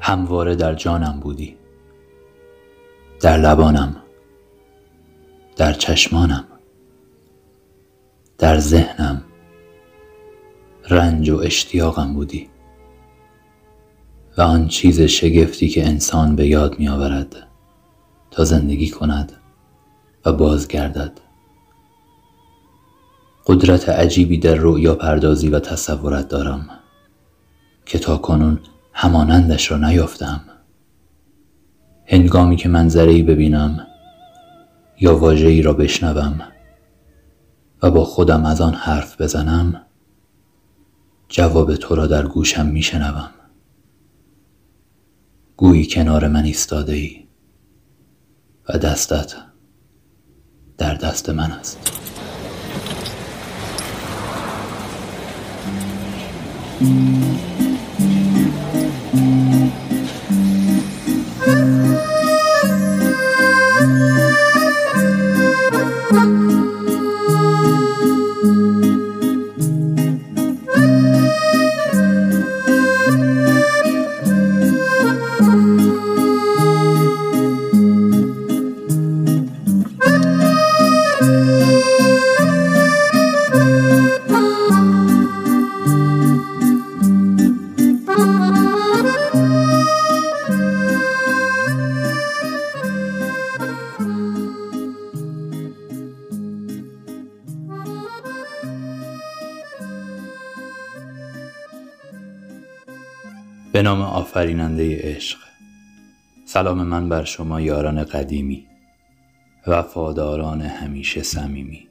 همواره در جانم بودی، در لبانم، در چشمانم، در ذهنم، رنج و اشتیاقم بودی و آن چیز شگفتی که انسان به یاد می آورد تا زندگی کند و بازگردد. قدرت عجیبی در رؤیا پردازی و تصورت دارم که تا کنون همانندش را نیافتم. هنگامی که منظره‌ای ببینم یا واژه‌ای را بشنوم و با خودم از آن حرف بزنم، جواب تو را در گوشم میشنوم. گویی کنار من ایستاده ای و دستت در دست من است. به نام آفریننده عشق. سلام من بر شما یاران قدیمی، وفاداران همیشه صمیمی.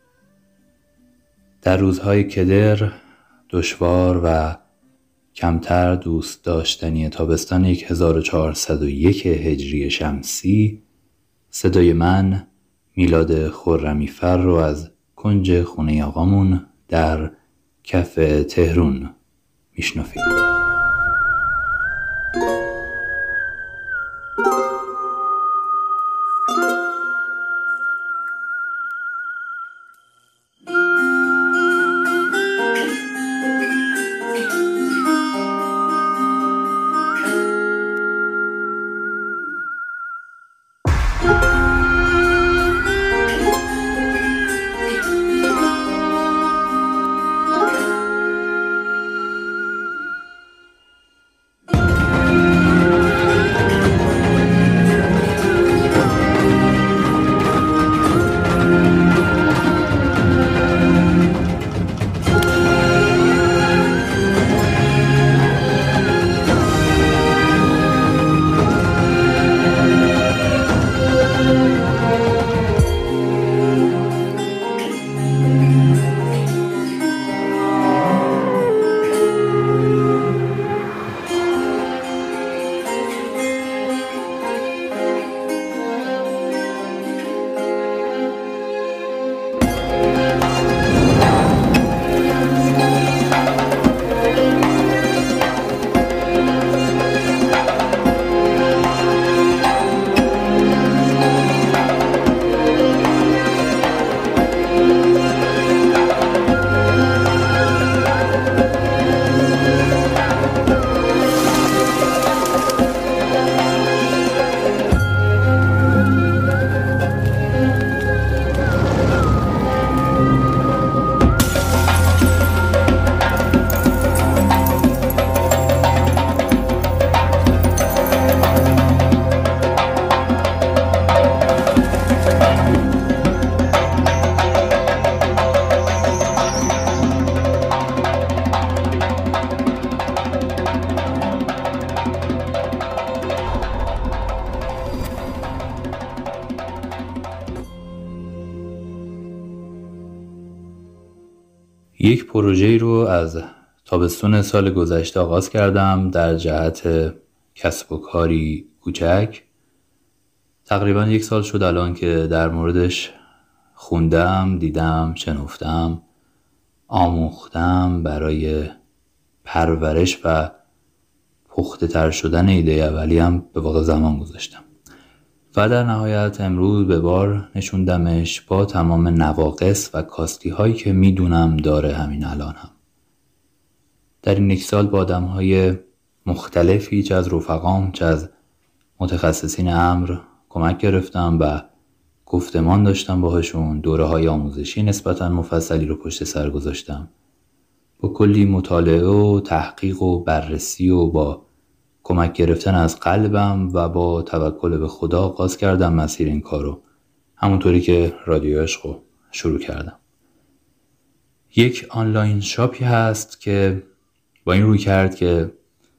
در روزهای کدر، دشوار و کمتر دوست داشتنی تابستان 1401 هجری شمسی، صدای من میلاد خرمی‌فر رو از کنج خونه آقامون در کف تهرون میشنفید. یک پروژه‌ای رو از تابستون سال گذشته آغاز کردم در جهت کسب و کاری کوچک. تقریبا 1 سال شد الان که در موردش خوندم، دیدم، شنفتم، آموختم برای پرورش و پخته تر شدن ایده اولیم به واقع زمان گذاشتم و در نهایت امروز به بار نشوندمش با تمام نواقص و کاستی هایی که میدونم داره همین الان هم. در این 1 سال با آدم های مختلفی چه از رفقام چه از متخصصین امر کمک گرفتم و گفتمان داشتم باهاشون. دوره‌های آموزشی نسبتاً مفصلی رو پشت سر گذاشتم. با کلی مطالعه و تحقیق و بررسی و با کمک گرفتن از قلبم و با توکل به خدا آغاز کردم مسیر این کارو، همونطوری که رادیو عشق رو شروع کردم. یک آنلاین شاپی هست که با این روی کرد که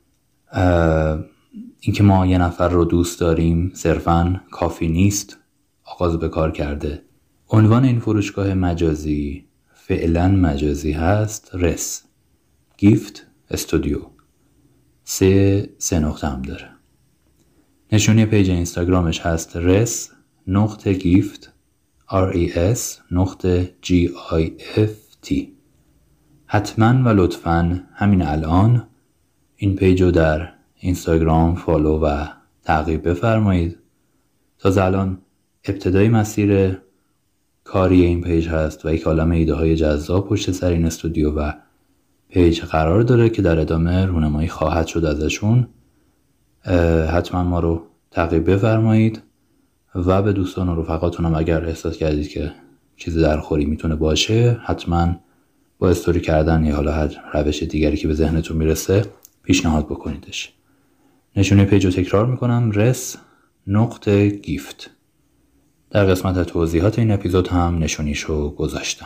اینکه ما یه نفر رو دوست داریم صرفاً کافی نیست، آغاز به کار کرده. عنوان این فروشگاه مجازی فعلا مجازی هست رس گیفت استودیو. 3 نقطه هم داره. نشونی پیج اینستاگرامش هست رس نقطه گیفت RES نقطه GIFT. حتما و لطفا همین الان این پیج رو در اینستاگرام فالو و تعقیب بفرمایید. تا الان ابتدای مسیر کاری این پیج هست و یک عالمه ایده های جذاب پشت سر این استودیو و پیج قرار داره که در ادامه رونمایی خواهد شد ازشون. حتما ما رو تعقیب بفرمایید و به دوستان و رفقاتون هم اگر احساس کردید که چیز درخوری میتونه باشه حتما با استوری کردن یا حالا هر روش دیگری که به ذهنتون میرسه پیشنهاد بکنیدش. نشونه پیج رو تکرار میکنم رس نقطه گیفت. در قسمت توضیحات این اپیزود هم نشونیشو گذاشتم.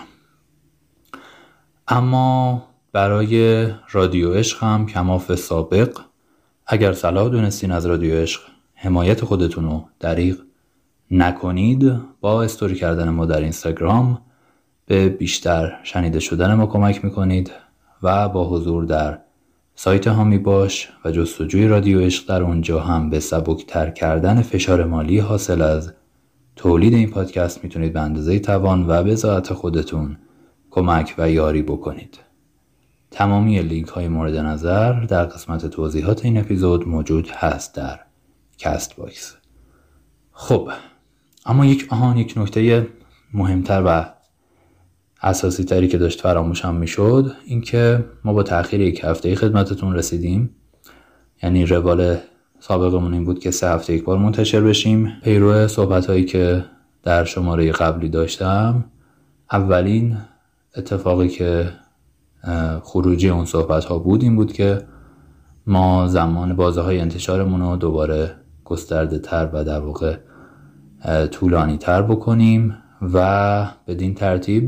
اما برای رادیو عشق هم کماف سابق اگر صلاح دونستین از رادیو عشق حمایت خودتون رو دریغ نکنید، با استوری کردن ما در اینستاگرام به بیشتر شنیده شدن ما کمک میکنید و با حضور در سایت هامی باش و جستجوی رادیو عشق در اونجا هم به سبکتر کردن فشار مالی حاصل از تولید این پادکست میتونید به اندازه توان و به ذات خودتون کمک و یاری بکنید. تمامی لینک های مورد نظر در قسمت توضیحات این اپیزود موجود هست در کست باکس. خب اما یک نکته مهمتر و اساسی تری که داشت فراموشم میشد این که ما با تأخیر 1 هفته خدمتتون رسیدیم. یعنی روال سابقمون این بود که 3 هفته یک بار منتشر بشیم. پیرو صحبت هایی که در شماره قبلی داشتم، اولین اتفاقی که خروجی اون صحبت ها بود این بود که ما زمان بازه های انتشارمون رو دوباره گسترده تر و در واقع طولانی تر بکنیم و بدین ترتیب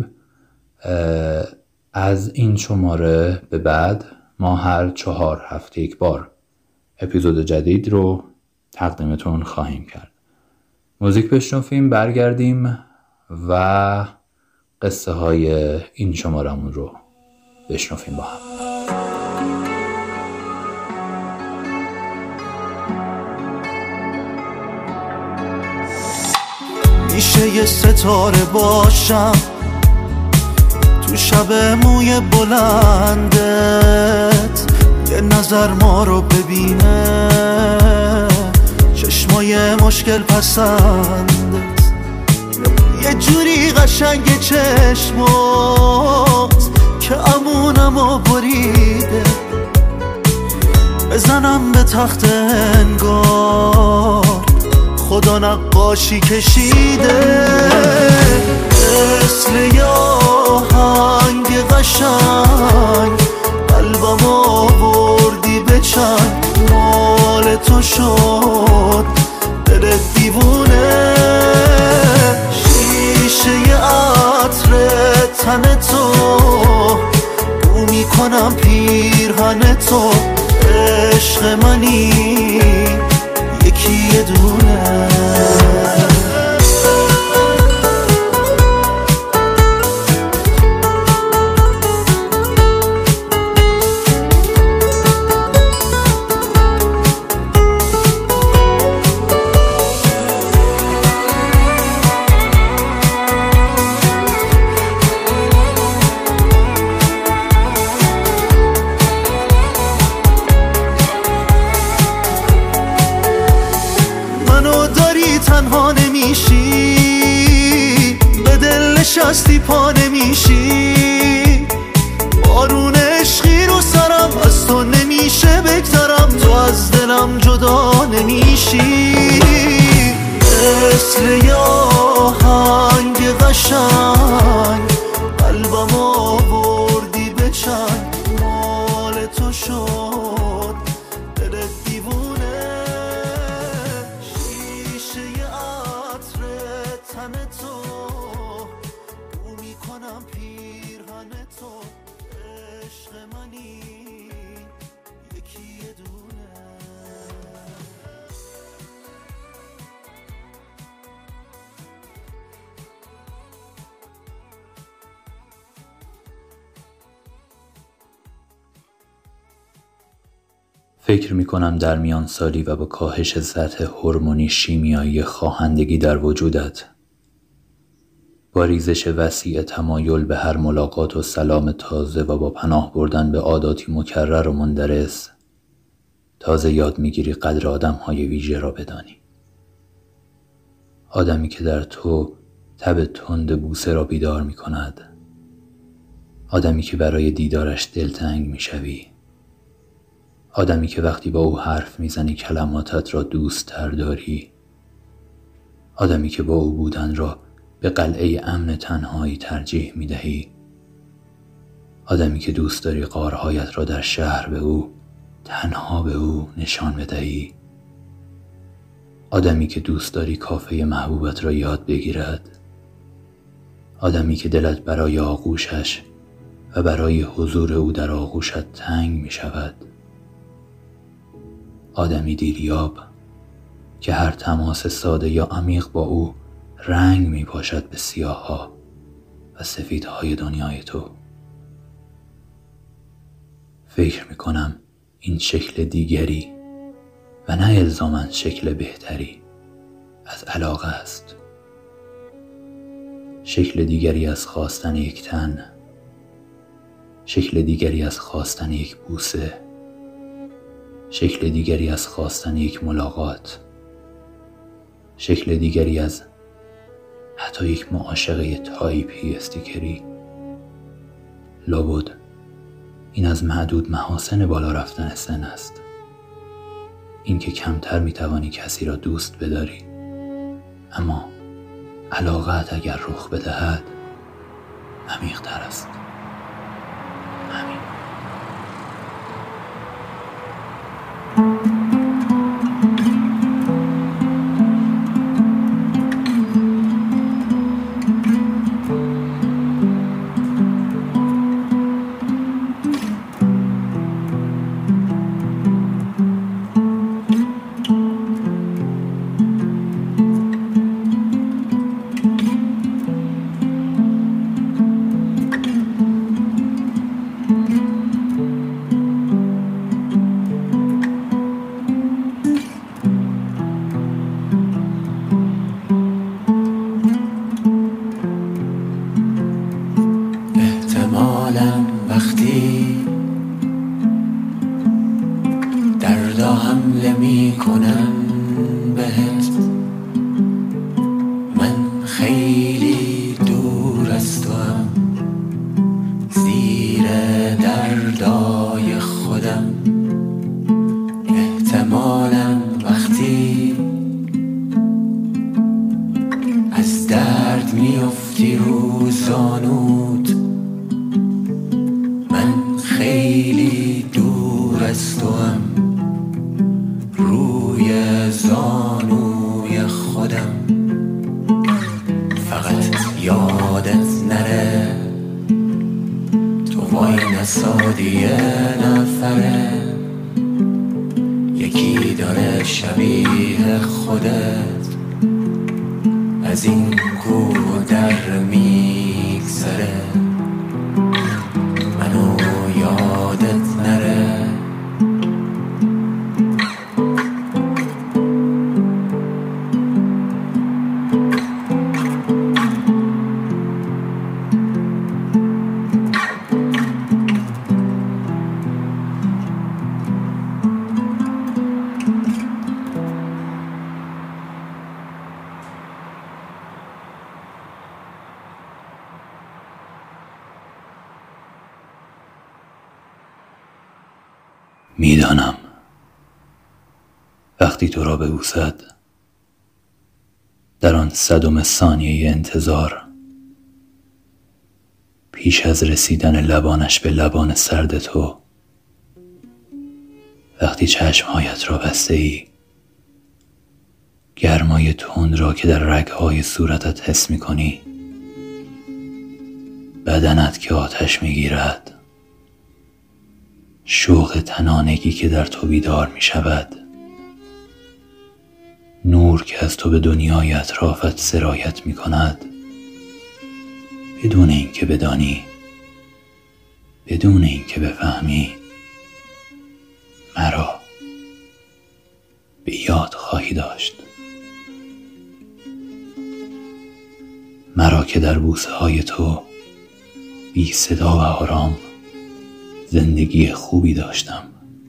از این شماره به بعد ما هر 4 هفته یک بار اپیزود جدید رو تقدیمتون خواهیم کرد. موزیک بشنویم، برگردیم و قصه های این شمارمون رو بشنویم با هم. میشه یه ستاره باشم تو شب موی بلندت، یه نظر ما رو ببینه چشمای مشکل پسندت، یه جوری قشنگ چشمات که امونمو بریده، بزنم به تخت انگار خدا نقاشی کشیده، مثل یه آهنگ قشنگ قلبم آوردی به چنگ، مال تو شد دل دیوونه، شیشه عطر تن تو بو میکنم پیرهن تو، عشق منی یکی یه دونه. تنها نمیشی، به دل نشستی پا نمیشی، بارون عشقی رو سرم از تو نمیشه بگذرم، ازم جدا نمیشی، مثل یه آهنگ قشنگ قلبم آوردی به چنگ، مال تو شد دلت دیوونه، شیشه عطر تن تو بو میکنم پیرهن تو، عشق منی یکی یه دونه. فکر میکنم در میان سالی و با کاهش سطح هورمونی شیمیایی خواهندگی در وجودت، با ریزش وسیع تمایل به هر ملاقات و سلام تازه و با پناه بردن به عاداتی مکرر و مندرس، تازه یاد میگیری قدر آدم‌های ویژه را بدانی. آدمی که در تو تب تند بوسه را بیدار میکند، آدمی که برای دیدارش دلتنگ میشوی، آدمی که وقتی با او حرف میزنی کلماتت را دوست تر داری، آدمی که با او بودن را به قلعه امن تنهایی ترجیح میدهی، آدمی که دوست داری غارهایت را در شهر به او، تنها به او نشان بدهی، آدمی که دوست داری کافه محبوبت را یاد بگیرد، آدمی که دلت برای آغوشش و برای حضور او در آغوشت تنگ می شود، آدمی دیریاب که هر تماس ساده یا عمیق با او رنگ می پاشد به سیاه‌ها و سفیدهای دنیای تو. فکر می کنم این شکل دیگری و نه الزاماً شکل بهتری از علاقه است، شکل دیگری از خواستن یک تن، شکل دیگری از خواستن یک بوسه، شکل دیگری از خواستن یک ملاقات، شکل دیگری از حتی یک معاشقه تایپی استیکری. لابد این از معدود محاسن بالا رفتن سن است، این که کمتر میتوانی کسی را دوست بداری، اما علاقت اگر رخ بدهد عمیق‌تر است. همین. وقتی دردا حمله میکنن بهت، من خیلی دور از توام، زیر دردای خودم. احتمالاً وقتی از درد میافتی رو زانوت، خیلی دور از توام، روی زانوی خودم. فقط یادت نره تو وای نسادی نفره، یکی داره شبیه خودت از این کو در میگذره. منو یادت نره میدانم وقتی تو را ببوسد در آن 100 ثانیه انتظار، پیش از رسیدن لبانش به لبان سرد تو، وقتی چشمهایت را بسته ای، گرمای تند را که در رگهای صورتت حس می کنی، بدنت که آتش می گیرد، شوق تنانگی که در تو بیدار می شود، نور که از تو به دنیای اطرافت سرایت می کند، بدون اینکه بدانی، بدون اینکه بفهمی، مرا به یاد خواهی داشت. مرا که در بوسه های تو بی صدا و آرام زندگی خوبی داشتم.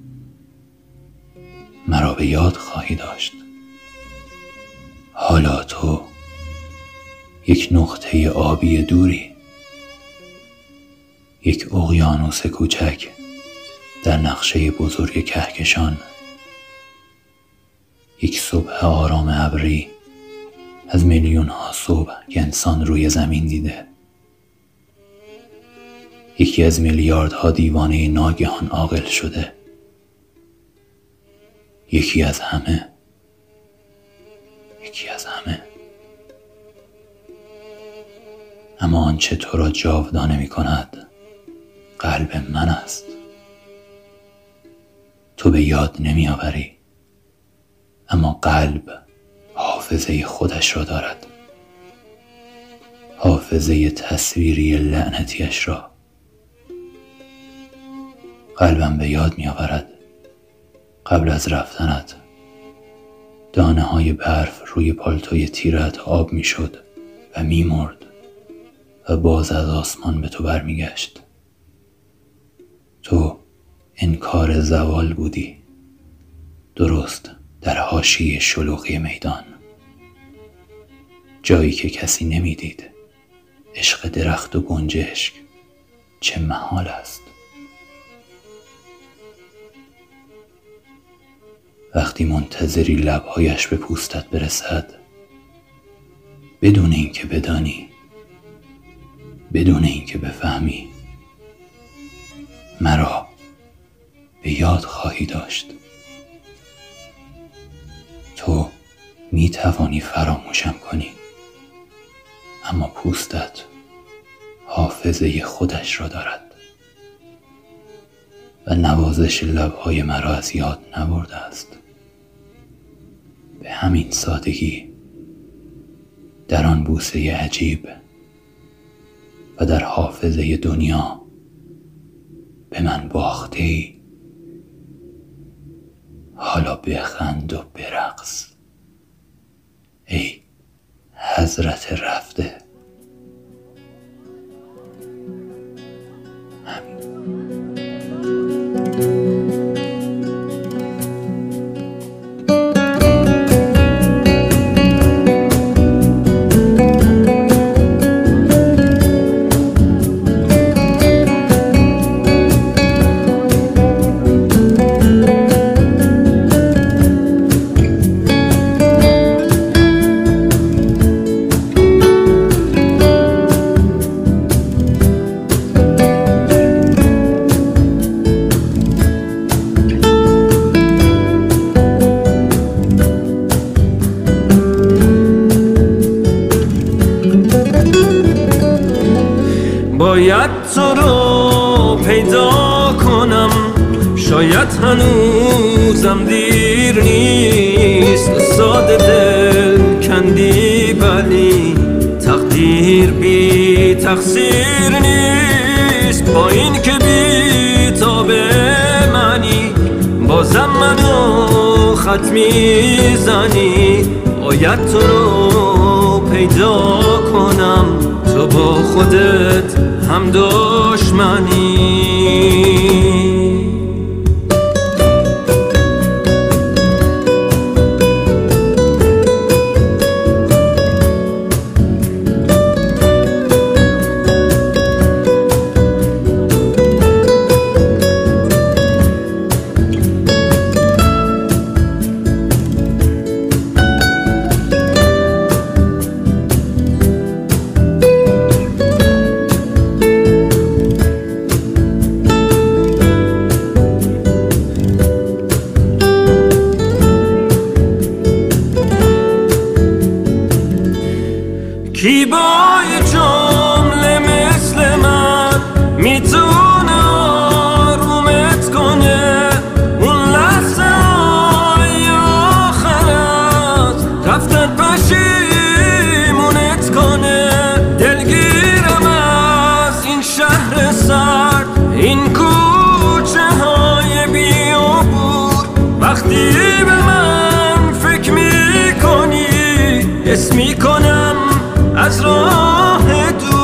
مرا به یاد خواهی داشت. حالا تو یک نقطه آبی دوری، یک اقیانوس کوچک در نقشه بزرگ کهکشان، یک صبح آرام ابری از میلیون ها صبح که انسان روی زمین دیده، یکی از میلیاردها دیوانه ناگهان عاقل شده، یکی از همه. اما آنچه تو را جاودانه می کند قلب من است. تو به یاد نمی آوری، اما قلب حافظه خودش را دارد، حافظه تصویری لعنتیش را. قلبم به یاد می آورد قبل از رفتنت دانه های برف روی پالتوی تیرت آب می شد و می مرد و باز از آسمان به تو برمی گشت. تو انکار زوال بودی، درست در حاشیه شلوغی میدان، جایی که کسی نمی دید. عشق درخت و گنجشک چه محال است. وقتی منتظری لبهایش به پوستت برسد، بدون اینکه بدانی، بدون اینکه بفهمی، مرا به یاد خواهی داشت. تو می توانی فراموشم کنی، اما پوستت حافظه خودش را دارد و نوازش لبهای مرا از یاد نبرده است. به همین سادگی در آن بوسه عجیب و در حافظه دنیا به من باخته ای. حالا بخند و برقص ای حضرت رفته. باید تو رو پیدا کنم، شاید هنوزم دیر نیست. ساده دل کندی ولی تقدیر بی تقصیر نیست. با این که بی تاب منی، بازم منو خط میزنی. باید تو رو پیدا کنم، تو با خودت هم دشمنی. سرد این کوچه های بیابور وقتی به من فکر میکنی حس میکنم از راه دور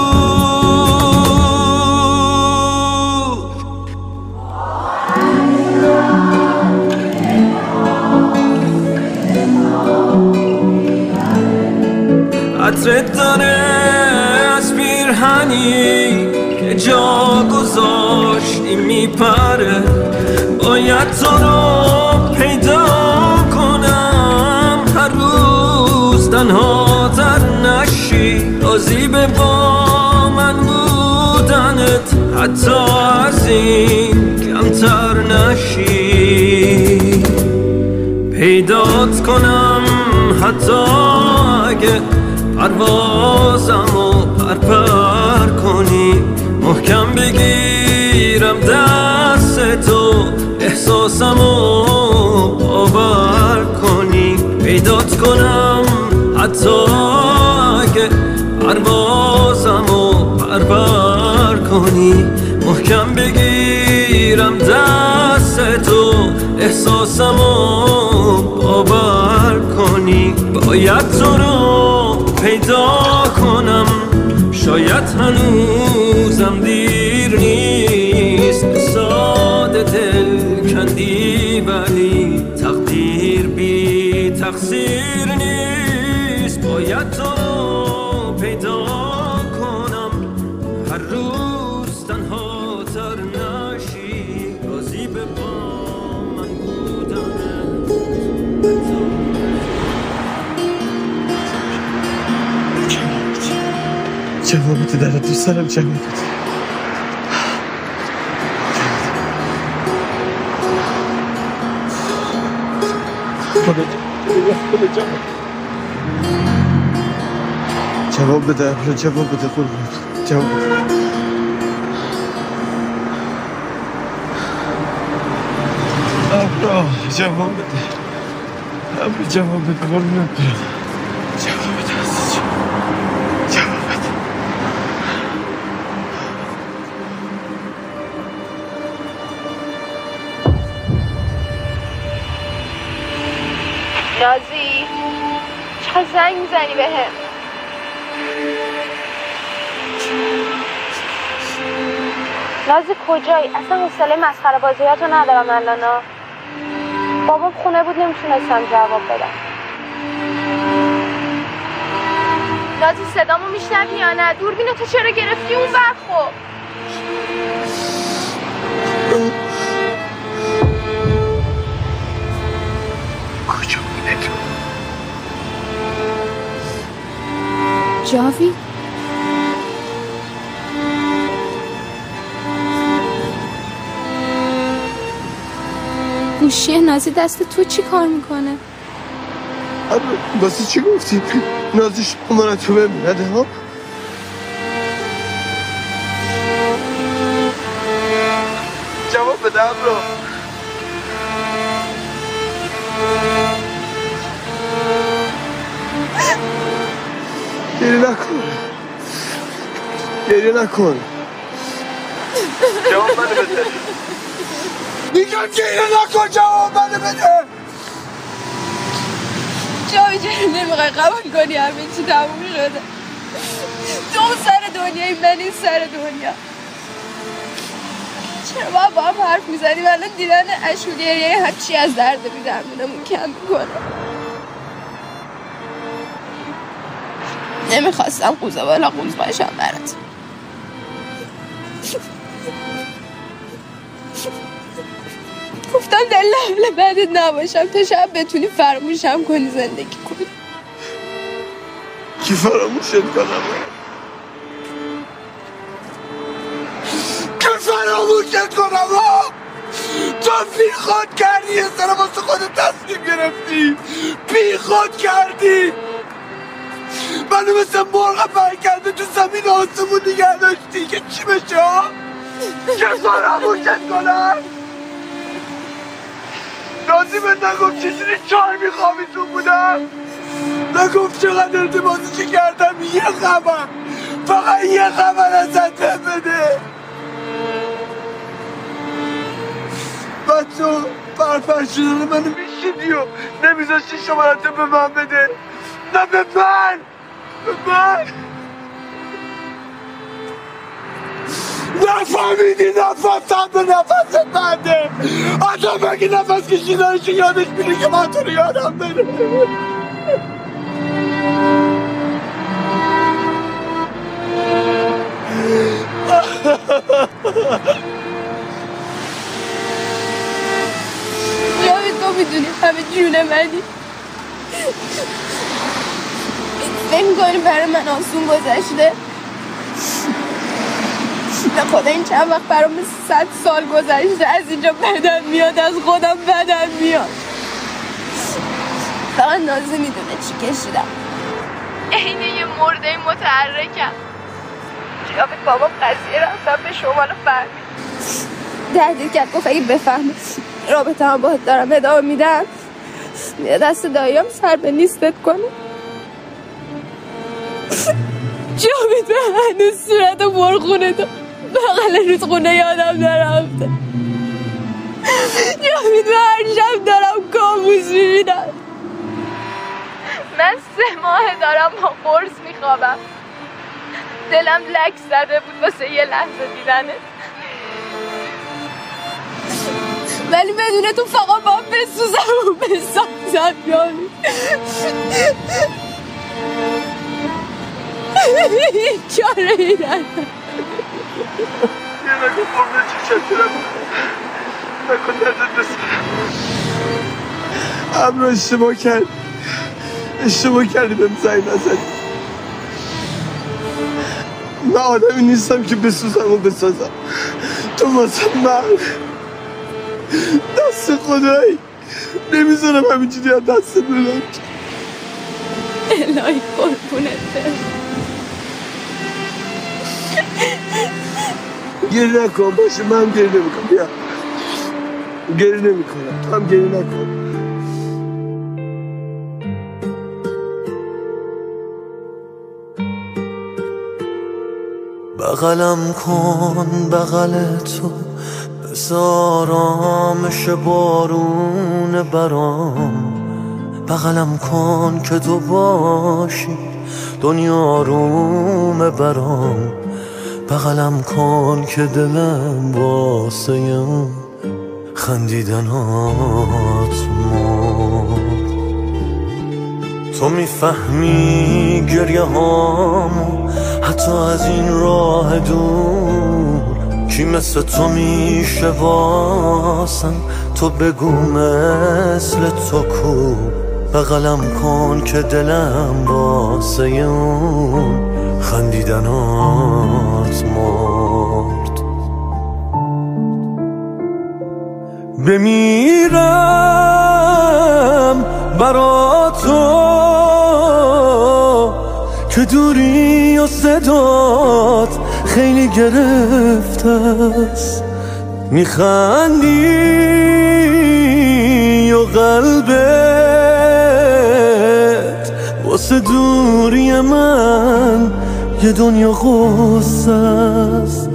عطرت داره از پیرهنی که جا گذاشتی میپره باید تو رو پیدا کنم هر روز تنها تر نشی راضی به با من بودنت حتی از این کمتر نشی پیدات کنم حتی اگه پروازمو پرپر کنی محکم بگیرم دستتو احساسمو باور کنی پیدات کنم حتی اگه پروازمو پرپر کنی محکم بگیرم دستتو احساسمو باور کنی باید تو رو پیدا کنم شاید هنوزم دیر نیست ساده دل کندی ولی تقدیر بی تقصیر نیست باید تو رو پیدا کنم هر روز تنها تر نشی راضی به با من بودنه جوابت داره دوست دارم جوابت جواب بده جواب بده قربون جواب بده جواب بده جواب بده قربون جواب بده نازی چه زنگ میزنی بهم نازی کجایی؟ اصلا حوصله مسخره بازیاتو ندارم الان بابام خونه بود نمیتونستم جواب بدم نازی صدامو میشنوی یا نه؟ دوربینتو چرا گرفتی اون ور خب کجا بوده تو؟ جاوید گوشی نازی دست تو چی کار میکنه؟ واسه چی گفتی؟ نازی شما تو بمیرده ها؟ جواب بده ابرو گریه نکن جواب منو بده میگم گریه نکن جواب منو بده جاوید چرا نمیخوای قبول کنی همه چی تموم شده تو اون سر دنیایی من این سر دنیا چرا با هم حرف میزنیم الان دیدن اشک و گریه هرچی از درد بی‌درمونمون کم میکنه نمیخواستم قوزه بالا قوز باشم برات گفتم دل حال بعدت نباشم تا شب بتونی فراموشم کنی زندگی کنی کی فراموشت کنم کی فراموشت کنم تو بی خود کردی یه سر واسه خودت تصمیم گرفتی بی خود کردی منو مثل مرغ پر کرده تو زمین آسمون نگه داشتی که چی بشه ها؟ که فراموشت کنم نازی به نگفت چجوری چار میخوابیتون بودم نگفت چقدر التماسش کردم یه خبر فقط یه خبر ازت بده تو برفر شدن منو میشیدی و نمیذاشتی شمارتو به من بده. نه به من، به من نفهمیدی. نفسم به نفس بنده. آدم اگه نفس کشیدنشو یادش میره که من تو رو یادم بره. جاوید تو میدونی همه جون منی. فکر میکنی برای من آسون گذشته؟ به خدا این چند وقت برام 100 سال گذشته. از اینجا بدم میاد، از خودم بدم میاد. فقط نازی میدونه چی کشیدم. عین یه مرده متحرکم. جاوید بابام قضیه رفتم به شمال فهمید. تهدید کرد، گفت اگه بفهمه رابطه هم باید دارم ادامه میدم دست داییام سر به نیستت کنه. جاوید به هنوز صورت و برخونه داد. بغل رودخونه یادم نرفته. جاوید به هر شب دارم کابوس میبینم. من 3 ماه دارم با قرص میخوابم. دلم لک زده بود واسه یه لحظه دیدنت. ولی بدونه تو فقط باید بسوزم و بسازم. جاوید هیچ چاره ای ندارم. یه نگه فرمه چشت دارم نکن دردت بسرم. امرو اشتباه کردی بهم زنگ نزدی. من آدمی نیستم که بسوزم و بسازم. تو واسه من دست خدایی نمیذارم همینجوری از دست بدم. الهی قربونت برم. گریه نکن. باشه من هم گریه نمیکنم. بیا گریه نمیکنم، تو هم گریه نکن. بغلم کن بغل تو، بذار آرامش بارون برام. بغلم کن که تو باشی دنیا روم برام. بغلم کن که دلم واسه اون خندیدنات مرد. تو میفهمی گریه هامو حتی از این راه دور. کی مثل تو میشه واسم، تو بگو مثل تو کو. بغلم کن که دلم واسه اون خندیدنات مرد. بمیرم برا تو که دوری و صدات خیلی گرفته است. میخندی و قلبت واسه دوری من یه دنیا غصه است.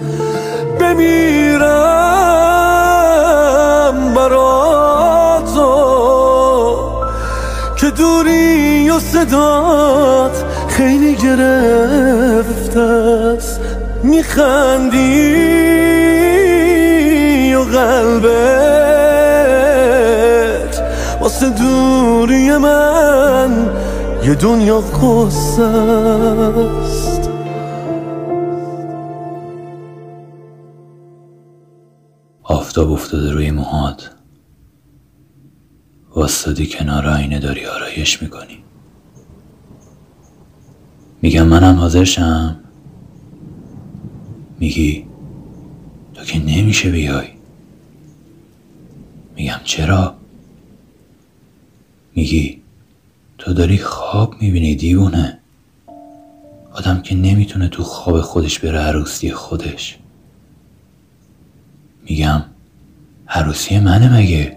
بمیرم برا تو که دوری و صدات خیلی گرفته است. میخندی و قلبت واسه دوری من یه دنیا غصه است. آفتاب افتاده روی موهات، واسطادی کنار آینه داری آرایش میکنی. میگم منم حاضر شم، میگی تو که نمیشه بیای. میگم چرا؟ میگی تو داری خواب میبینی دیوونه. آدم که نمیتونه تو خواب خودش بره عروسی خودش. میگم عروسی منه مگه؟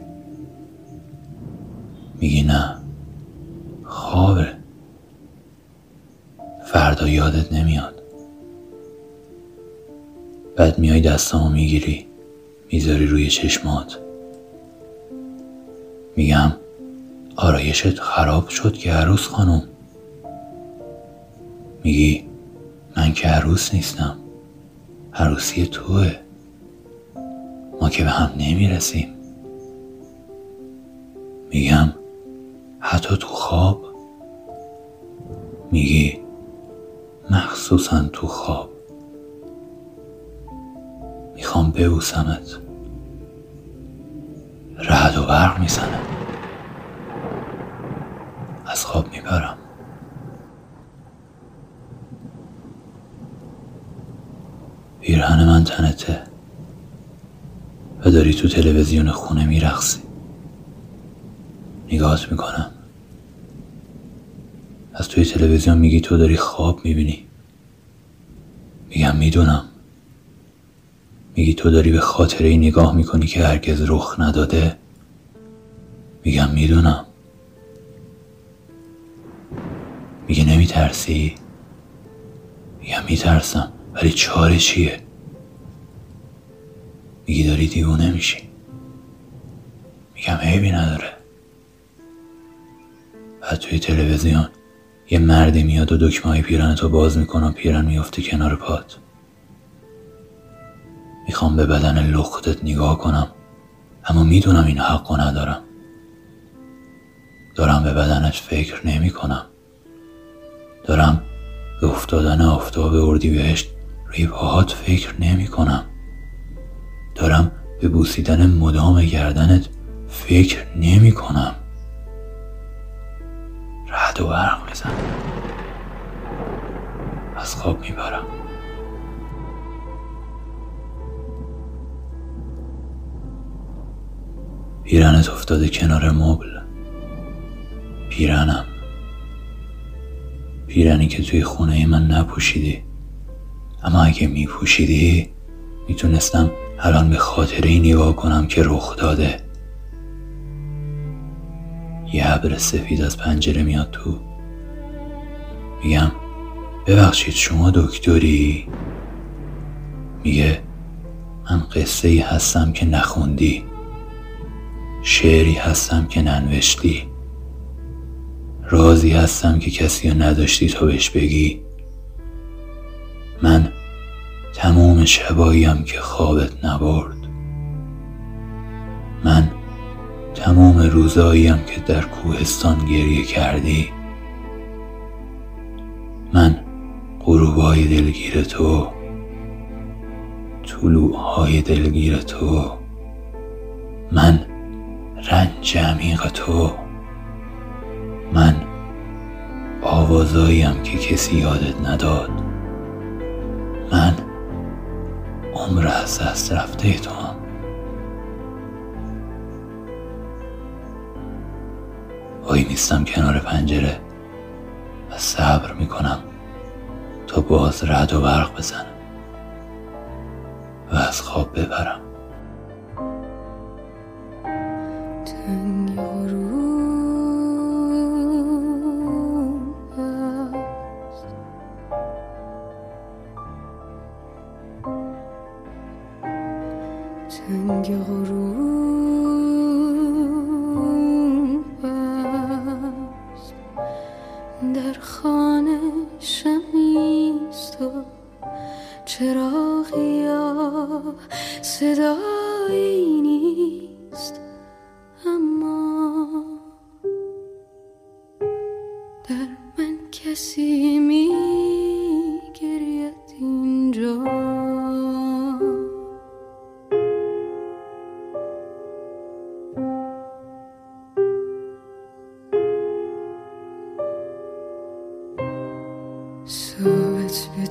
میگی نه خوابه، فردا یادت نمیاد. بعد میای دستامو میگیری میذاری روی چشمات، میگم آرایشت خراب شد که عروس خانم. میگی من که عروس نیستم، عروسی توه، ما که به هم نمیرسیم. میگم حتی تو خواب. میگی مخصوصا تو خواب. میخوام ببوسمت. رعد و برق میزنه. از خواب میپرم. پیرهن من تنته و داری تو تلویزیون خونه میرقصی. نگاهت میکنم. از توی تلویزیون میگی تو داری خواب میبینی. میگم میدونم. میگی تو داری به خاطره نگاه میکنی که هرگز رخ نداده. میگم میدونم. میگه نمیترسی؟ میگم میترسم، ولی چاره چیه؟ میگی داری دیوونه میشی. میگم عیبی نداره. بعد توی تلویزیون یه مردی میاد و دکمه‌های پیرهنتو باز میکنه و پیرهن میفته کنار پات. میخوام به بدن لختت نگاه کنم، اما میدونم این حقو ندارم. دارم به بدنت فکر نمی کنم. دارم به افتادن آفتاب اردیبهشت روی پاهات فکر نمی کنم. دارم به بوسیدن مدام گردنت فکر نمی کنم. رعد و برق میزنه. از خواب میبرم. پیرهنت افتاده کنار مبل. پیرهنم، پیرهنی که توی خونه من نپوشیدی، اما اگه میپوشیدی میتونستم الان به خاطره نگاه کنم که رخ داده. یه ابر سفید از پنجره میاد تو. میگم ببخشید شما دکتری؟ میگه من قصه ای هستم که نخوندی، شعری هستم که ننوشتی، رازی هستم که کسی رو نداشتی تا بهش بگی. من تمام شباییم که خوابت نبرد. من تمام روزاییم که در کوهستان گریه کردی. من غروبای دلگیر تو، طلوعهای دلگیر تو، من رنج عمیق تو، من آوازاییم که کسی یادت نداد، من عمر از دست رفته تو هم. وای میستم کنار پنجره و صبر میکنم تا باز رعد و برق بزنم و از خواب ببرم. تنگ غروب است، در خانه شمیست و چراغی یا صدایی نیست، اما در من کسی می گرید اینجا. صبحت به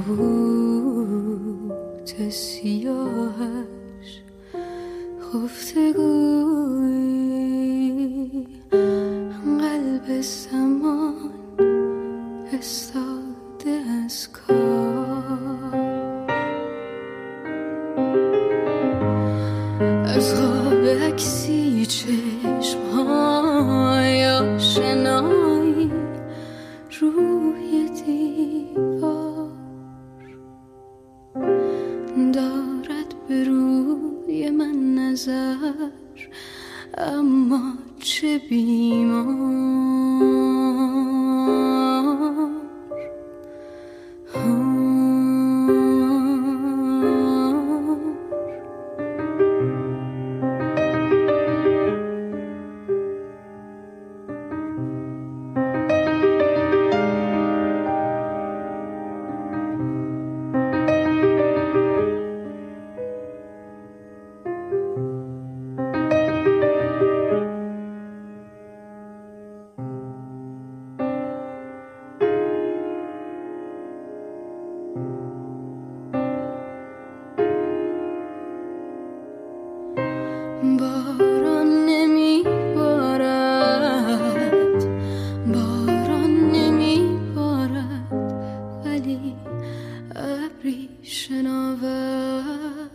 تابوت سیاهش خفتگوی، قلب زمان استاده از کار، از خواب عکسی چشمهای آشنایی روی دیوار دارد به روی من نظر، اما چه بیمار باران نمی بارد ولی ابری شناور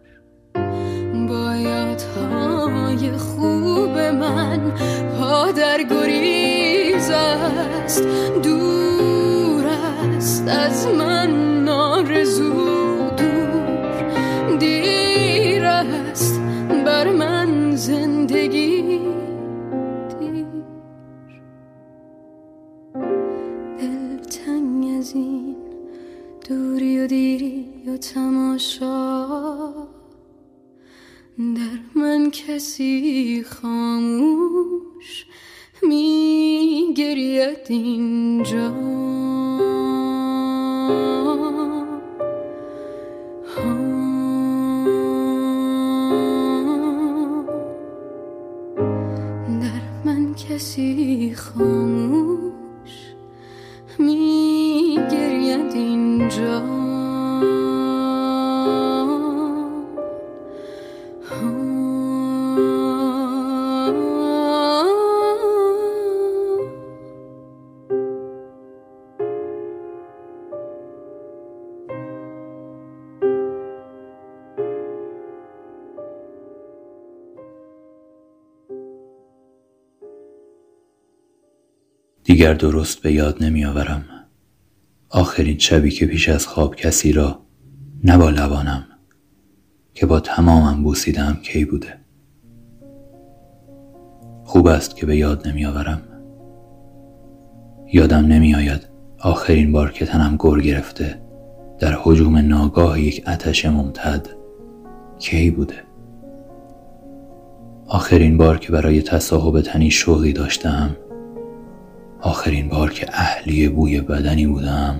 با یادهای خوب من پادر گریز است دور است از من آرزو دور دیر است بر من زندگی دیر دلتنگ از این دوری و دیری و تماشا در من کسی خاموش می گرید اینجا کسی خاموش می گرید اینجا دیگر درست به یاد نمی آورم آخرین شبی که پیش از خواب کسی را نه با لبانم که با تمامم بوسیدم کی بوده. خوب است که به یاد نمی آورم. یادم نمی آید آخرین بار که تنم گر گرفته در هجوم ناگاه یک آتش ممتد کی بوده. آخرین بار که برای تصاحب تنی شوقی داشتم، آخرین بار که اهلی بوی بدنی بودم،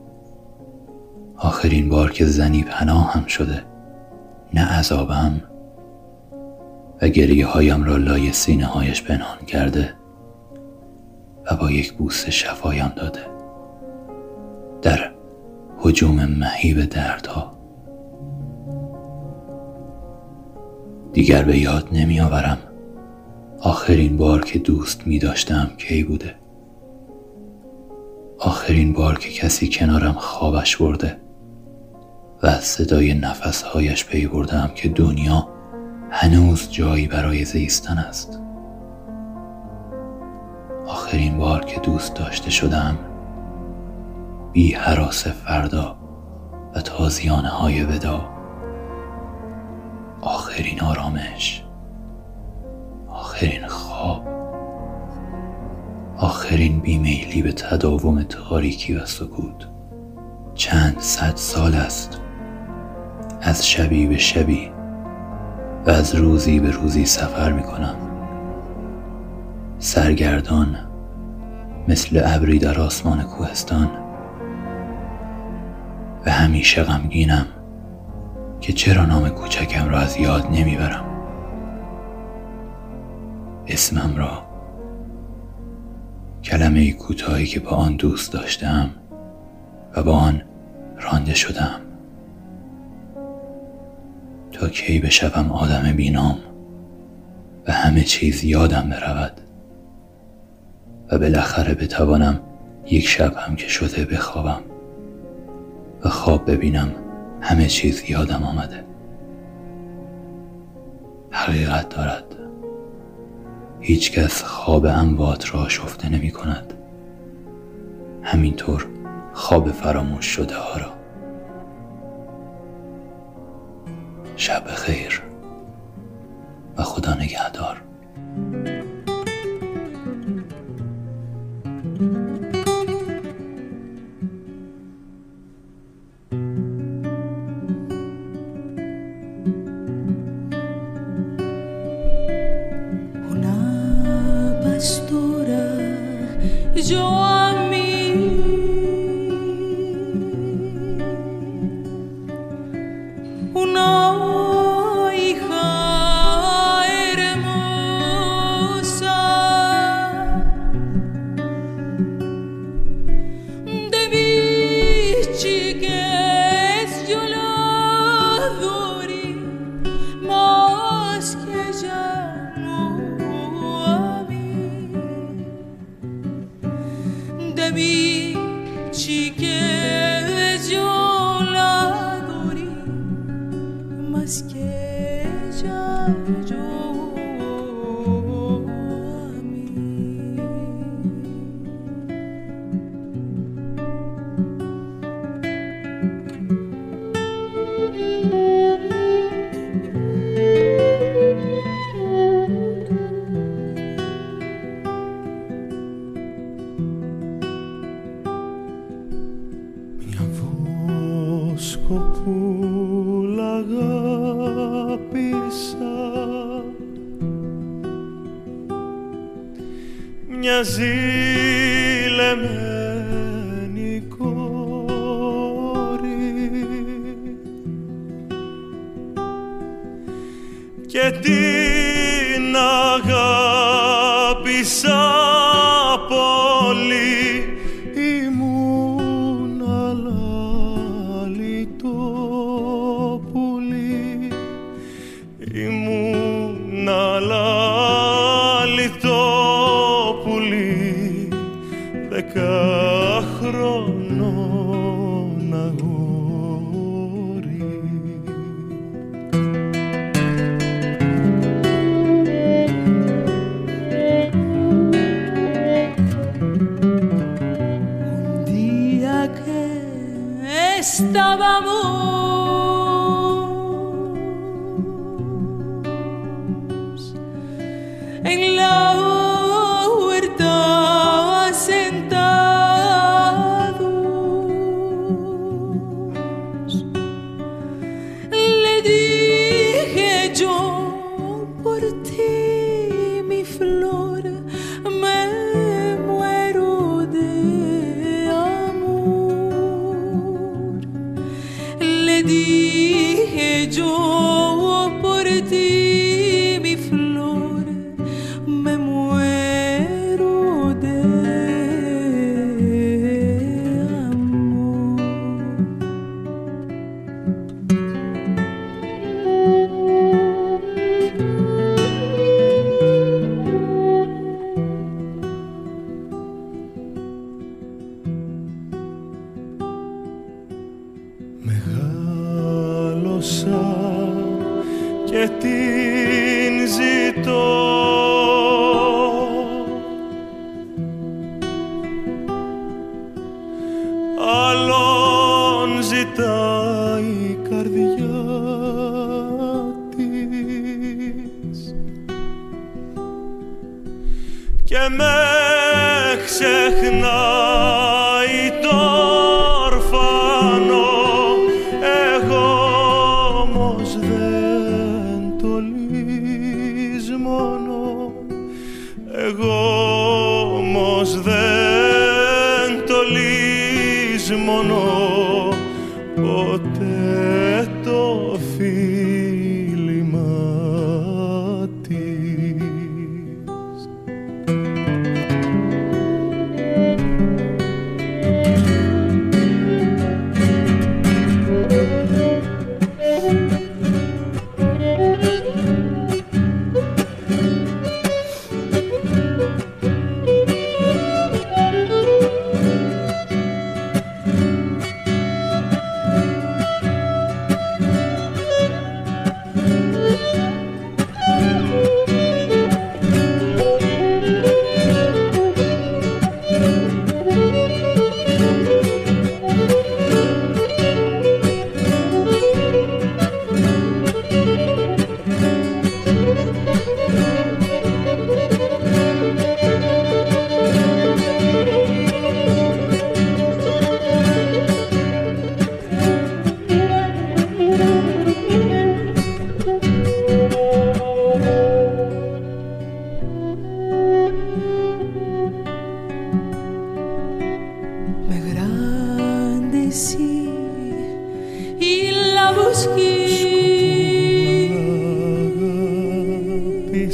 آخرین بار که زنی پناهم شده نه عذابم و گریه هایم را لای سینه هایش پنهان کرده و با یک بوسه شفایم داده در هجوم مهیب دردها. دیگر به یاد نمی آورم آخرین بار که دوست می داشتم کی بوده. آخرین بار که کسی کنارم خوابش برده و از صدای نفسهایش پی بردم که دنیا هنوز جایی برای زیستن است. آخرین بار که دوست داشته شدم بی هراس فردا و تازیانه های ودا. آخرین آرامش، آخرین خواب، آخرین بیمیلی به تداوم تاریکی و سکوت. چند صد سال است از شبی به شبی و از روزی به روزی سفر می کنم، سرگردان مثل ابری در آسمان کوهستان و همیشه غمگینم که چرا نام کوچکم را از یاد نمیبرم، اسمم را، کلمه کوتاهی که با آن دوست داشتم و با آن رانده شدم. تا کی بشوم آدم بینام و همه چیز یادم برود و بالاخره بتوانم یک شب هم که شده بخوابم و خواب ببینم همه چیز یادم آمده. حقیقت دارد، هیچ کس خواب اموات را شفته نمی کند، همینطور خواب فراموش شده ها را. شب خیر و خدا نگهدار. yo a mí. Una hija hermosa de mis chiques, yo la adoré más que ella no a mí. De mis chiques yo la adoré más que ella yo a mí. Μια βοσκοπούλα αγάπησα, μια ζηλεμένη κόρη και την αγάπησα πολύ. Ήμουν αλάλητο πουλί, ήμουν αλάλητο πουλί, 10 χρονών αγόρι. Estábamos en la huerta sentados. Le dije yo por ti, mi flor, me muero de amor. Le dije yo por ti, mi flor, me muero de amor. Μεγάλωσα και την ζητώ, άλλον ζητάει η καρδιά της και με ξεχνάει το ορφανό. Εγώ όμως δεν το λησμονώ, εγώ όμως δεν το λησμονώ ποτέ το φίλημα της.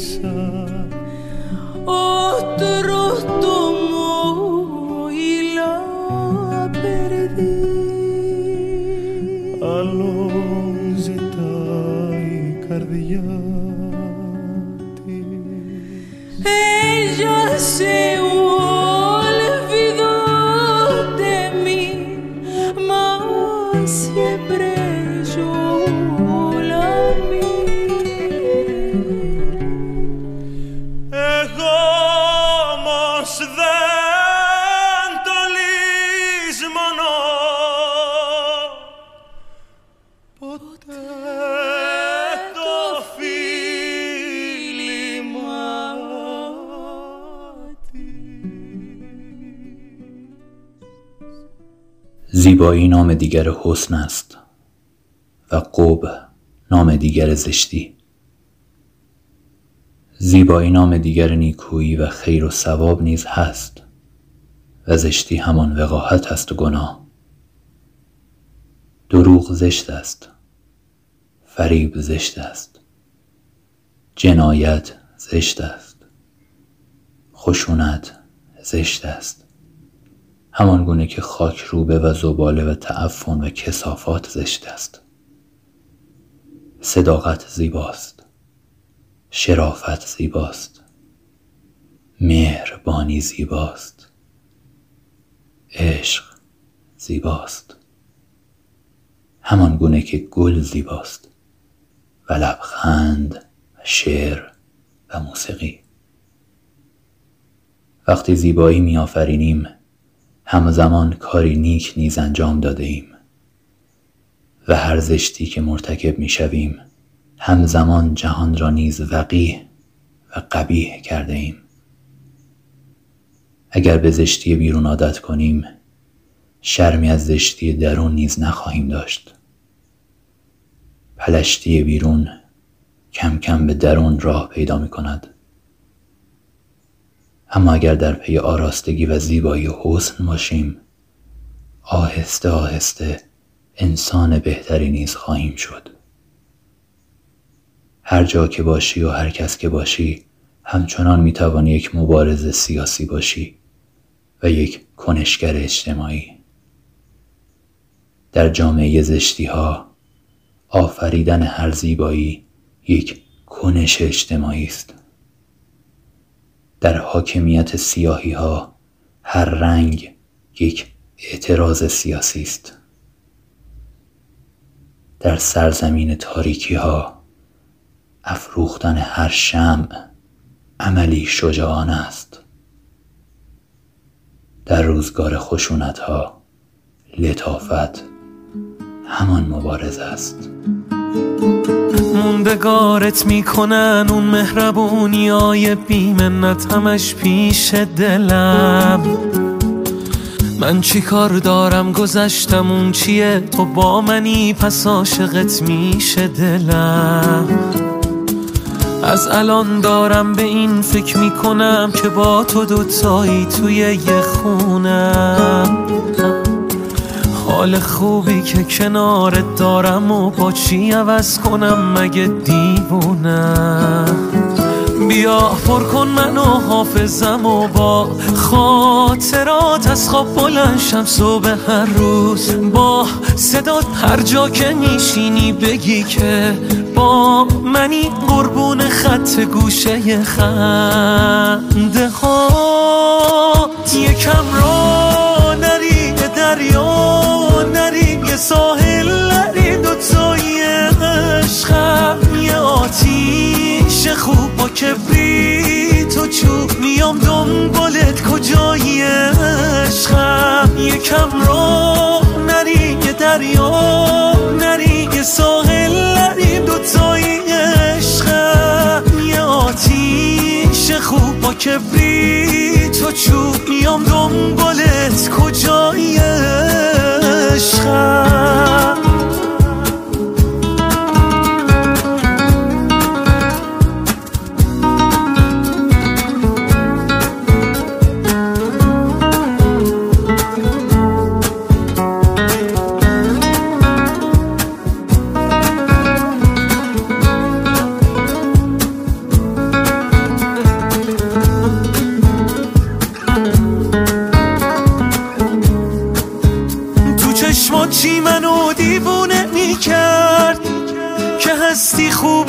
زیبایی نام دیگر حسن است و قبح نام دیگر زشتی. زیبایی نام دیگر نیکویی و خیر و ثواب نیز هست و زشتی همان وقاحت است و گناه. دروغ زشت است، فریب زشت است، جنایت زشت است، خشونت زشت است، همان گونه که خاک روبه و زباله و تعفن و کثافات زشت است. صداقت زیباست، شرافت زیباست، مهربانی زیباست، عشق زیباست، همان گونه که گل زیباست و لبخند و شعر و موسیقی. وقتی زیبایی می آفرینیم همزمان کاری نیک نیز انجام داده ایم و هر زشتی که مرتکب می شویم همزمان جهان را نیز وقیح و قبیح کرده ایم. اگر به زشتی بیرون عادت کنیم شرمی از زشتی درون نیز نخواهیم داشت. پلشتی بیرون کم کم به درون راه پیدا می کند. اما اگر در پی آراستگی و زیبایی و حسن باشیم آهسته آهسته انسان بهتری نیز خواهیم شد. هر جا که باشی و هر کس که باشی همچنان میتوانی یک مبارز سیاسی باشی و یک کنشگر اجتماعی. در جامعه زشتی ها آفریدن هر زیبایی یک کنش اجتماعی است. در حاکمیت سیاهی ها هر رنگ یک اعتراض سیاسی است. در سرزمین تاریکی ها افروختن هر شمع عملی شجاعانه است. در روزگار خشونت ها لطافت همان مبارزه است. موندگارت میکنن اون مهربونیای بی‌منت همش پیش دلم. من چی کار دارم گذشتم اون چیه تو با منی پس عاشقت میشه دلم. از الان دارم به این فکر میکنم که با تو دوتایی توی یه خونم. حال خوبی که کنارت دارم و با چی عوض کنم مگه دیوونم. بیا پر کن منو حافظم و با خاطرات از خواب بلند شم صبح هر روز با صدات هر جا که میشینی بگی که با منی قربون خط گوشه خنده هات. یکم را نری یه دریا نری یه ساحل نری دوتایی عشقم یه آتیش خوب با کبریت و چوب میام دنبالت کجایی عشقم. یکم را نری یه دریا نری یه ساحل نری دوتایی عشقم یه آتیش خوب با کبریت و چوب میام دنبالت کجایی عشقم.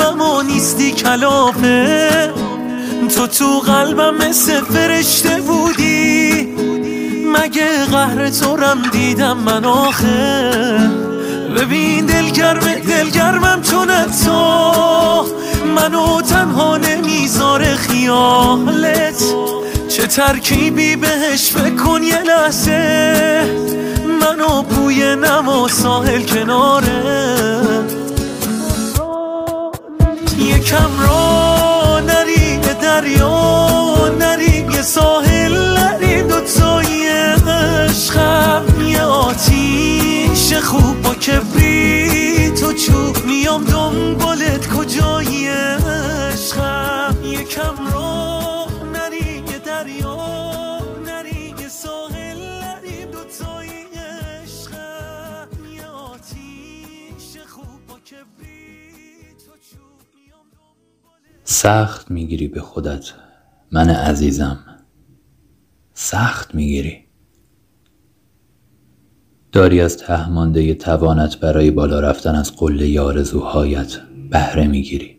قلبم و نیستی کلافه، تو قلبم مثل فرشته بودی، مگه قهر تو رم دیدم من آخه؟ ببین دلگرمم چون تو منو تنها نمیذاره خیالت، چه ترکیبی بهش فکر کن یه لحظه، منو بوی نم و ساحل کناره، یکم را نریم یه دریا نریم یه ساحل نریم، دوتایی عشقم یه آتیش خوب با کبریت و چوب، میام دنبالت کجایی عشقم، یکم را نریم یه دریا نریم یه ساحل نریم، دوتایی عشقم یه آتیش خوب با کبریت و چوب، میام دنبالت. سخت میگیری به خودت من عزیزم، سخت میگیری. داری از ته مانده توانت برای بالا رفتن از قله آرزوهایت بهره میگیری.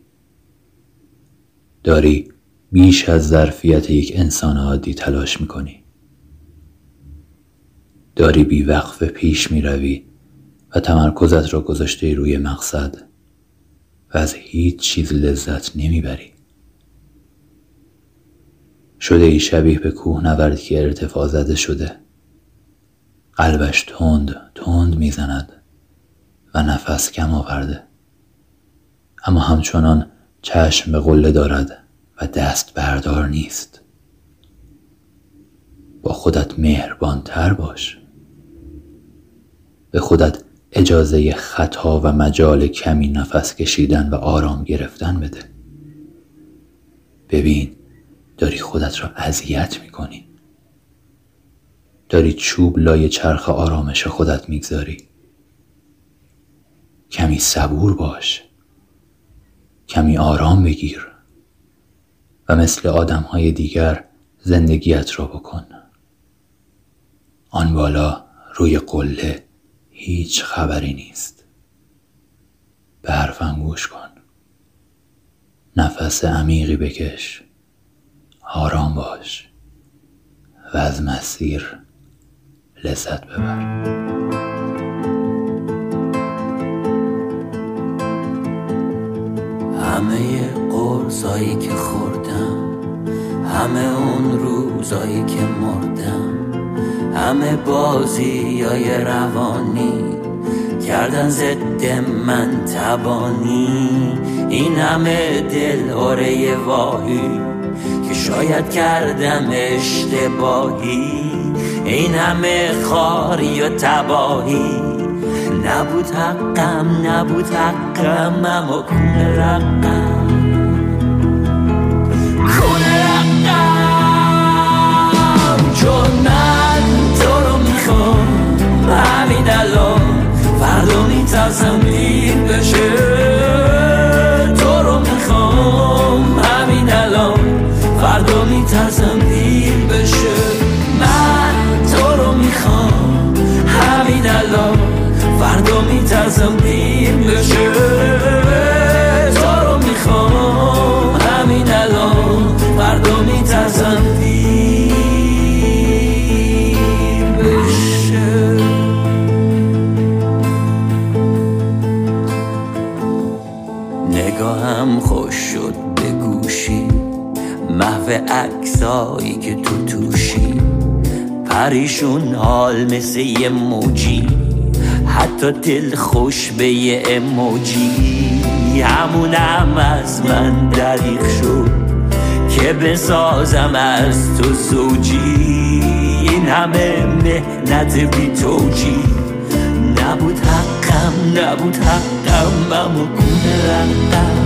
داری بیش از ظرفیت یک انسان عادی تلاش میکنی. داری بی وقفه پیش میروی و تمرکزت را گذاشته روی مقصد و از هیچ چیز لذت نمیبری. شده ای شبیه به کوهنوردی که ارتفاع زده شده، قلبش تند میزند و نفس کم آورده، اما همچنان چشم به قله دارد و دست بردار نیست. با خودت مهربانتر باش، به خودت اجازه خطا و مجال کمی نفس کشیدن و آرام گرفتن بده. ببین داری خودت را اذیت میکنی، داری چوب لای چرخ آرامش خودت میگذاری. کمی صبور باش، کمی آرام بگیر و مثل آدمهای دیگر زندگیت را بکن. آن بالا روی قله هیچ خبری نیست. به حرفم گوش کن، نفس عمیقی بکش، آرام باش و از مسیر لذت ببر. همه قرصایی که خوردم، همه اون روزایی که مردم، همه بازیای روانی کردن ضد من تبانی، این همه دل آره واهی که شاید کردم اشتباهی، این همه خاری و تباهی، نبود حقم اما کونه رقم چون من تو رو میخوام همین الان، فردا میترسم دیر بشه، تو رو میخوام همین الان، فردا میترسم دیر بشه، من تو رو میخوام همین الان، فردا میترسم دیر بشه، تو رو میخوام همین الان، فردا میترسم دیر بشه. نگاهم خوش شد به گوشی، محو عکسایی که تو توشی، پریشون حال مثل یه موجی، حتی دل خوش به یه اموجی، همونم از من دریغ شد که بسازم از تو زوجی، این همه مهنت بی توجی، نبود حقم اما کونه رقم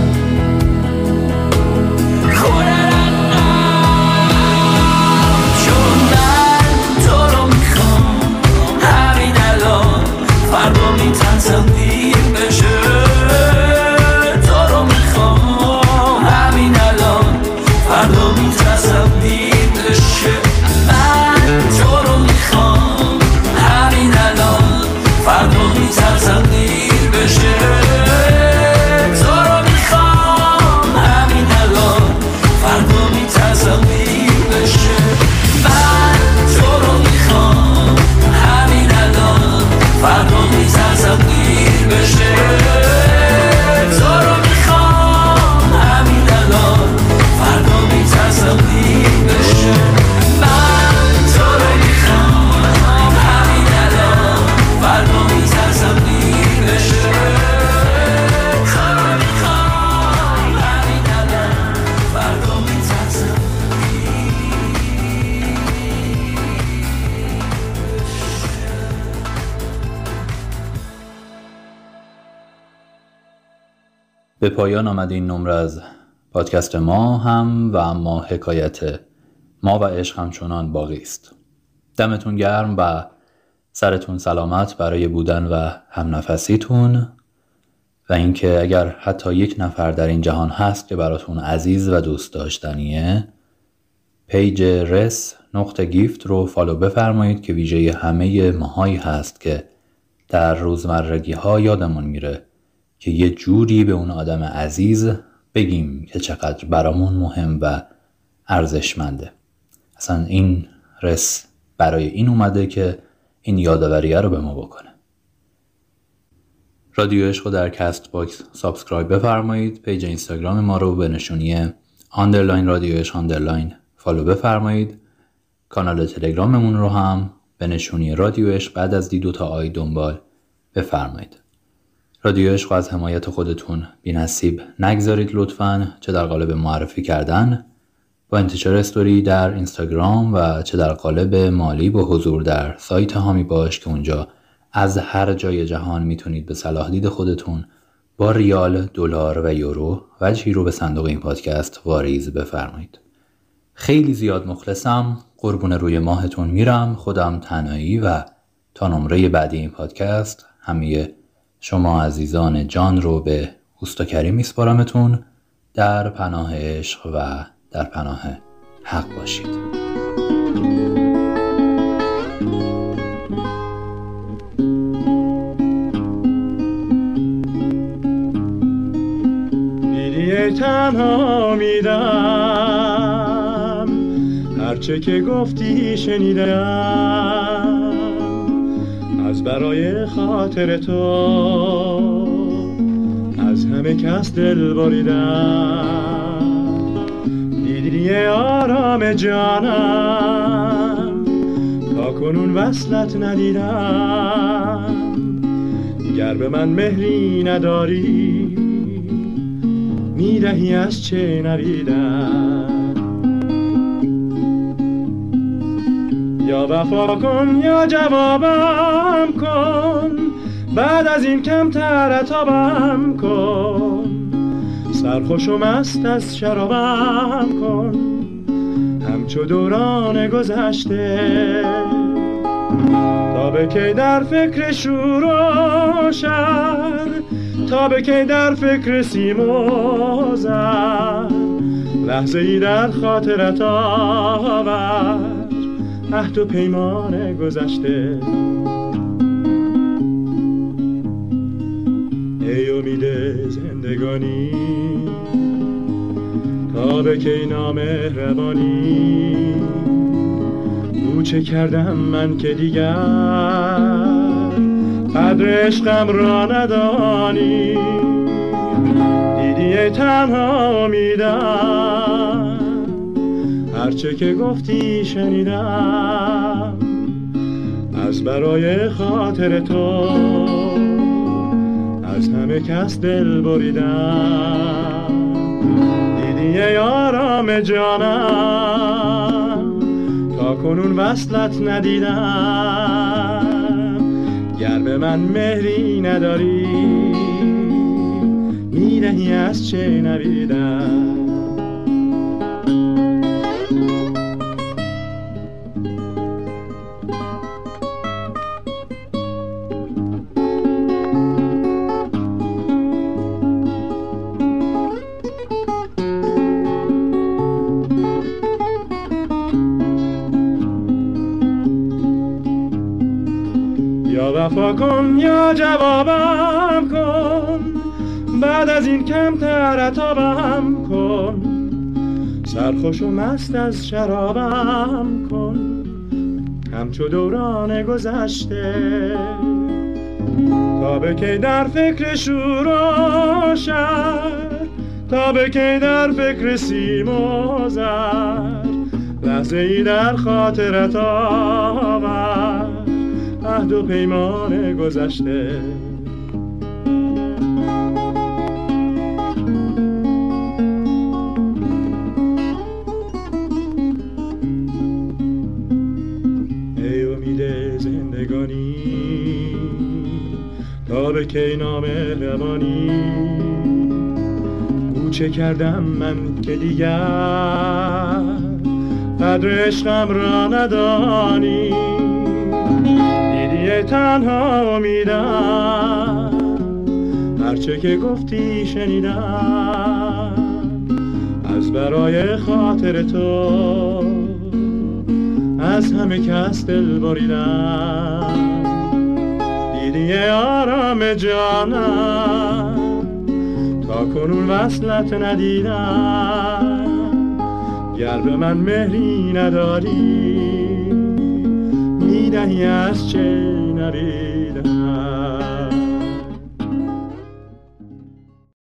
چون من تو رو میخوام همین الان، فردا میترسم دیر بشه، تو رو میخوام همین الان، فردا میترسم دیر بشه، من تو رو میخوام همین الان، فردا میترسم دیر بشه، تو رو میخوام به پایان آمد این نمره از پادکست ما هم و اما حکایت ما و عشق همچنان باقی است. دمتون گرم و سرتون سلامت برای بودن و هم نفسیتون و اینکه اگر حتی یک نفر در این جهان هست که براتون عزیز و دوست داشتنیه، پیج res.gift رو فالو بفرمایید که ویژه همه ماهایی هست که در روزمرگی ها یادمون میره که یه جوری به اون آدم عزیز بگیم که چقدر برامون مهم و ارزشمنده. اصلا این رس برای این اومده که این یاداوریه رو به ما بکنه. رادیو عشق رو در کست باکس سابسکرایب بفرمایید. پیج اینستاگرام ما رو به نشونی رادیو عشق فالو بفرمایید. کانال تلگراممون رو هم به نشونی رادیو عشق بعد از دی 2 تا آی دنبال بفرمایید. رادیو عشق از حمایت خودتون بی‌نصیب نگذارید لطفاً، چه در قالب معرفی کردن با انتشار استوری در اینستاگرام و چه در قالب مالی با حضور در سایت هامی باش که اونجا از هر جای جهان میتونید به صلاح دید خودتون با ریال، دلار و یورو وجهی رو به صندوق این پادکست واریز بفرمایید. خیلی زیاد مخلصم، قربون روی ماهتون میرم. خودم تنهایی و تا نمره بعدی این پادکست همه شما عزیزان جان رو به اوستا کریم میسپارمتون. در پناه عشق و در پناه حق باشید. دیدی تنها میدم هرچه که گفتی شنیدم، از برای خاطر تو از همه کس دل بریدم. دیدی آرام جانم تا کنون وصلت ندیدم، گر به من مهری نداری میدهی از چه نبیدم. یا وفا کن یا جوابم کن، بعد از این کمتر عتابم کن. سرخوش و مست از شرابم کن همچو دوران گذشته، تا به کی در فکر شور و شر، تا به کی در فکر سیم و زر. لحظه ای در خاطرت آور عهد و پیمان گذشته. ای امید زندگانی تا به کی نامهربانی، او چه کردم من که دیگر قدر عشقم را ندانی. دیدی تنها امیدم هرچه که گفتی شنیدم، از برای خاطر تو از همه کس دل بریدم. دیدی ای آرام جانم تا کنون وصلت ندیدم، گر به من مهری نداری میدهی از چه نبیدم. وفا کن یا جوابم کن، بعد از این کمتر عتابم کن. سرخوش و مست از شرابم کن همچو دوران گذشته، تا به کی در فکر شور و شر، تا به کی در فکر سیم و زر. لحظه ای در خاطرت آور عهد و پیمان گذشته. ای امید زندگانی تا به کی نامهربانی، چه کردم من که دیگر قدر عشقم را ندانی؟ دیدی تنها امیدم، هرچه که گفتی شنیدم، از برای خاطر تو از همه کس دل بریدم. دیدی آرام جانم، تا کنون وصلت ندیدم. گر به من مهری نداری، میدهی از چه نریدم.